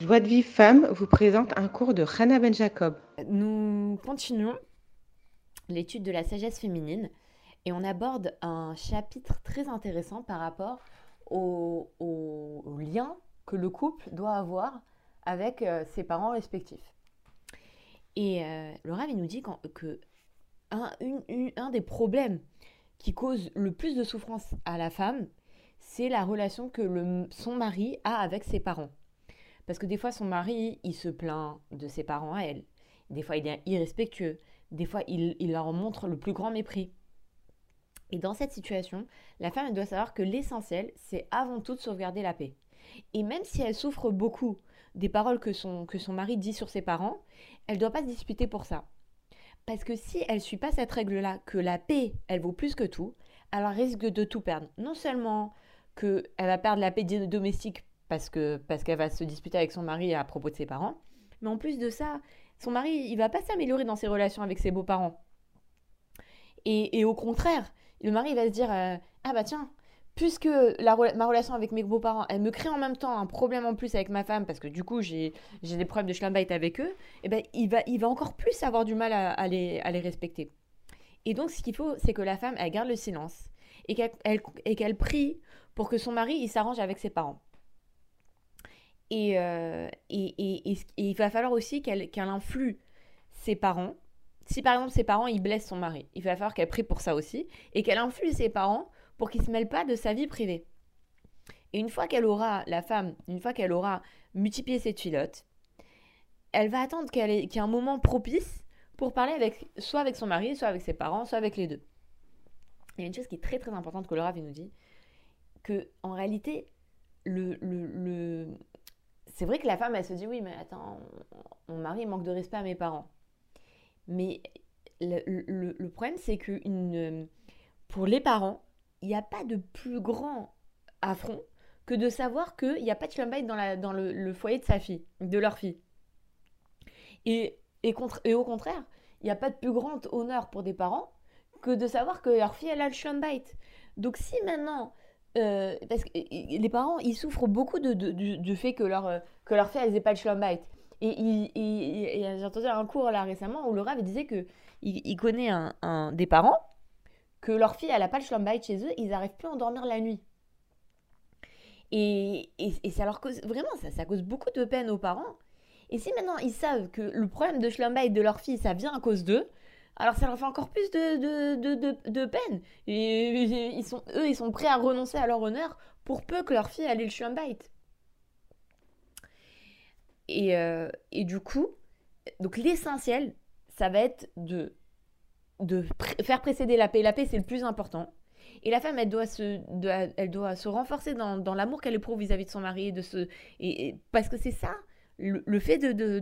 Joie de Vive Femme vous présente un cours de Hannah Ben Jacob. Nous continuons l'étude de la sagesse féminine et on aborde un chapitre très intéressant par rapport au lien que le couple doit avoir avec ses parents respectifs. Et le Rav, il nous dit que un des problèmes qui cause le plus de souffrance à la femme, c'est la relation que son mari a avec ses parents. Parce que des fois, son mari, il se plaint de ses parents à elle. Des fois, il est irrespectueux. Des fois, il leur montre le plus grand mépris. Et dans cette situation, la femme elle doit savoir que l'essentiel, c'est avant tout de sauvegarder la paix. Et même si elle souffre beaucoup des paroles que son mari dit sur ses parents, elle ne doit pas se disputer pour ça. Parce que si elle ne suit pas cette règle-là, que la paix, elle vaut plus que tout, elle risque de tout perdre. Non seulement qu'elle va perdre la paix domestique parce qu'elle va se disputer avec son mari à propos de ses parents, mais en plus de ça, son mari, il va pas s'améliorer dans ses relations avec ses beaux-parents. Et au contraire, le mari va se dire ah bah tiens, puisque ma relation avec mes beaux-parents, elle me crée en même temps un problème en plus avec ma femme, parce que du coup j'ai des problèmes de schlumbite avec eux, et ben il va encore plus avoir du mal à les respecter. Et donc ce qu'il faut, c'est que la femme, elle garde le silence et qu'elle prie pour que son mari, il s'arrange avec ses parents. Et il va falloir aussi qu'elle influe ses parents. Si par exemple ses parents ils blessent son mari, il va falloir qu'elle prie pour ça aussi et qu'elle influe ses parents pour qu'ils ne se mêlent pas de sa vie privée. Et une fois qu'elle aura, la femme, une fois qu'elle aura multiplié ses filottes, elle va attendre qu'il y ait un moment propice pour parler soit avec son mari, soit avec ses parents, soit avec les deux. Il y a une chose qui est très très importante que le Rav nous dit, que en réalité, c'est vrai que la femme elle se dit oui mais attends, mon mari manque de respect à mes parents. Mais le problème, c'est que pour les parents, il n'y a pas de plus grand affront que de savoir qu'il n'y a pas de schlumbite dans le foyer de sa fille, de leur fille. Et au contraire, il n'y a pas de plus grand honneur pour des parents que de savoir que leur fille, elle a le schlumbite. Donc si maintenant, parce que les parents, ils souffrent beaucoup du fait que leur fille, elle n'ait pas le schlumbite. Et j'ai entendu un cours là récemment où le Rav disait que il connaît des parents que leur fille elle a pas le schlumbite chez eux, ils n'arrivent plus à endormir la nuit. Et ça leur cause vraiment ça cause beaucoup de peine aux parents. Et si maintenant ils savent que le problème de schlumbite de leur fille ça vient à cause d'eux, alors ça leur fait encore plus de peine. Et ils sont prêts à renoncer à leur honneur pour peu que leur fille ait le schlumbite. Et du coup, donc l'essentiel, ça va être de faire précéder la paix. La paix, c'est le plus important. Et la femme, elle doit se renforcer dans l'amour qu'elle éprouve vis-à-vis de son mari. Parce que c'est ça, le fait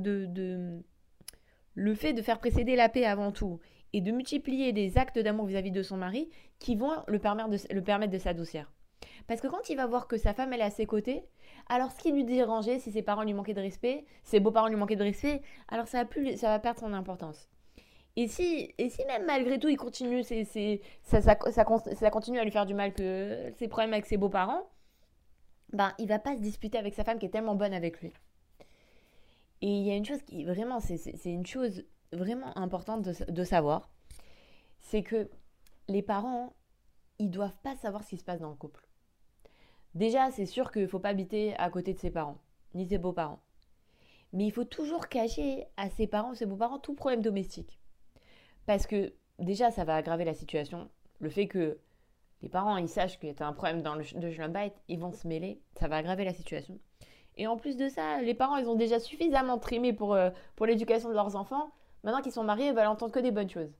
le fait de faire précéder la paix avant tout et de multiplier des actes d'amour vis-à-vis de son mari qui vont le permettre de s'adoucir. Parce que quand il va voir que sa femme elle est à ses côtés, alors ce qui lui dérangeait, si ses parents lui manquaient de respect, ses beaux-parents lui manquaient de respect, alors ça va perdre son importance. Et si même malgré tout il continue, ça continue à lui faire du mal que ses problèmes avec ses beaux-parents, ben il va pas se disputer avec sa femme qui est tellement bonne avec lui. Et il y a une chose qui vraiment, c'est une chose vraiment importante de savoir, c'est que les parents, ils doivent pas savoir ce qui se passe dans le couple. Déjà, c'est sûr qu'il ne faut pas habiter à côté de ses parents, ni ses beaux-parents. Mais il faut toujours cacher à ses parents, ses beaux-parents, tout problème domestique. Parce que déjà, ça va aggraver la situation. Le fait que les parents ils sachent qu'il y a un problème dans de Schlumbite, ils vont se mêler, ça va aggraver la situation. Et en plus de ça, les parents, ils ont déjà suffisamment trimé pour l'éducation de leurs enfants. Maintenant qu'ils sont mariés, ils veulent entendre que des bonnes choses.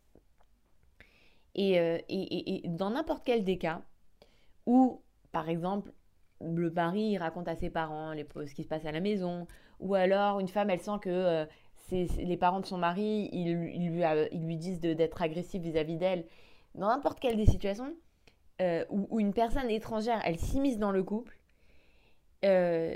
Et dans n'importe quel des cas, où, par exemple, le mari il raconte à ses parents ce qui se passe à la maison, ou alors une femme, elle sent que les parents de son mari, ils lui disent d'être agressif vis-à-vis d'elle. Dans n'importe quelle des situations où une personne étrangère, elle s'immisce dans le couple, euh,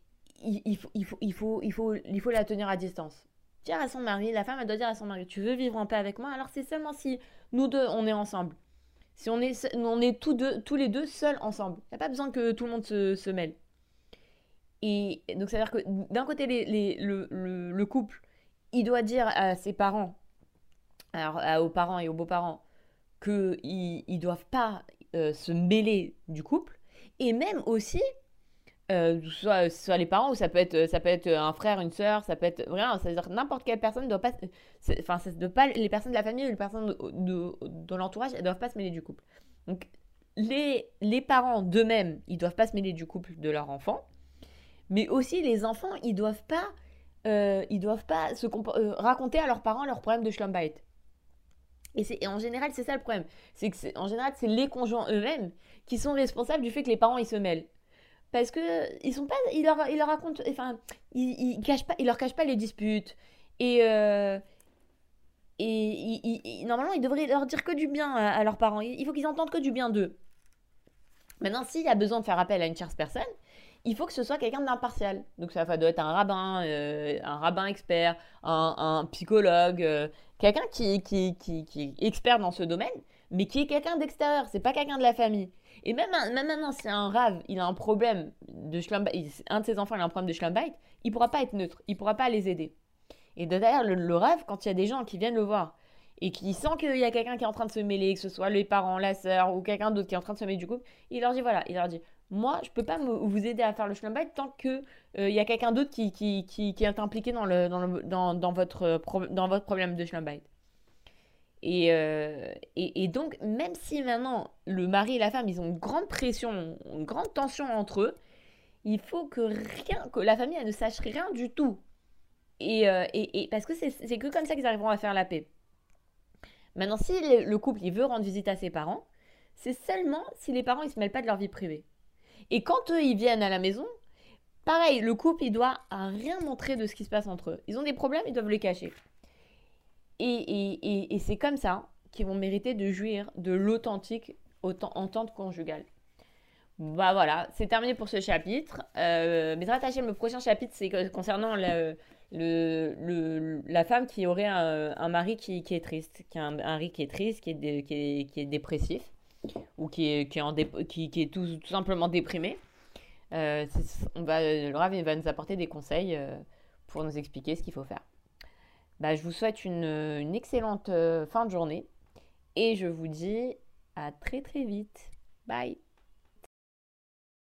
il faut la tenir à distance. Dire à son mari, la femme, elle doit dire à son mari, tu veux vivre en paix avec moi? Alors c'est seulement si nous deux, on est ensemble. Si on est tous les deux seuls ensemble. Il n'y a pas besoin que tout le monde se mêle. Et donc, c'est-à-dire que d'un côté, le couple, il doit dire à ses parents, alors aux parents et aux beaux-parents, qu'ils ne doivent pas se mêler du couple. Et même aussi, soit les parents, ou ça peut être un frère, une sœur, ça peut être vraiment, c'est-à-dire que n'importe quelle personne ne doit pas, enfin, ça ne doit pas, les personnes de la famille ou les personnes de l'entourage, elles ne doivent pas se mêler du couple. Donc, les parents d'eux-mêmes, ils ne doivent pas se mêler du couple de leur enfant, mais aussi les enfants, ils doivent pas raconter à leurs parents leurs problèmes de schlumbite. Et en général, c'est ça le problème. C'est que en général, c'est les conjoints eux-mêmes qui sont responsables du fait que les parents ils se mêlent. Parce que ils sont pas, ils leur racontent, enfin, ils leur cachent pas les disputes. Et, normalement, ils devraient leur dire que du bien à leurs parents. Il faut qu'ils entendent que du bien d'eux. Maintenant, s'il y a besoin de faire appel à une tierce personne, il faut que ce soit quelqu'un d'impartial. Donc ça doit être un rabbin expert, un psychologue, quelqu'un qui est expert dans ce domaine, mais qui est quelqu'un d'extérieur, c'est pas quelqu'un de la famille. Et même maintenant, si un rave, il a un problème de schlumbite, un de ses enfants il a un problème de schlumbite, il pourra pas être neutre, il pourra pas les aider. Et d'ailleurs, le rêve, quand il y a des gens qui viennent le voir et qui sent qu'il y a quelqu'un qui est en train de se mêler, que ce soit les parents, la sœur ou quelqu'un d'autre qui est en train de se mêler du couple, il leur dit voilà, il leur dit moi, je peux pas vous aider à faire le schlumbite tant que il y a quelqu'un d'autre qui est impliqué dans votre problème de schlumbite. Et donc, même si maintenant le mari et la femme, ils ont une grande pression, une grande tension entre eux, il faut que la famille elle ne sache rien du tout. Et parce que c'est que comme ça qu'ils arriveront à faire la paix. Maintenant, si le couple il veut rendre visite à ses parents, c'est seulement si les parents ils se mêlent pas de leur vie privée. Et quand eux ils viennent à la maison, pareil, le couple il doit rien montrer de ce qui se passe entre eux. Ils ont des problèmes, ils doivent les cacher. Et c'est comme ça qu'ils vont mériter de jouir de l'authentique entente conjugale. Bah voilà, c'est terminé pour ce chapitre. Mais rattaché, le prochain chapitre, c'est concernant la femme qui aurait un mari qui est triste, qui a un mari qui est triste, qui est dépressif, ou qui est tout simplement déprimé. Le Rav va nous apporter des conseils pour nous expliquer ce qu'il faut faire. Bah, je vous souhaite une excellente fin de journée et je vous dis à très très vite. Bye.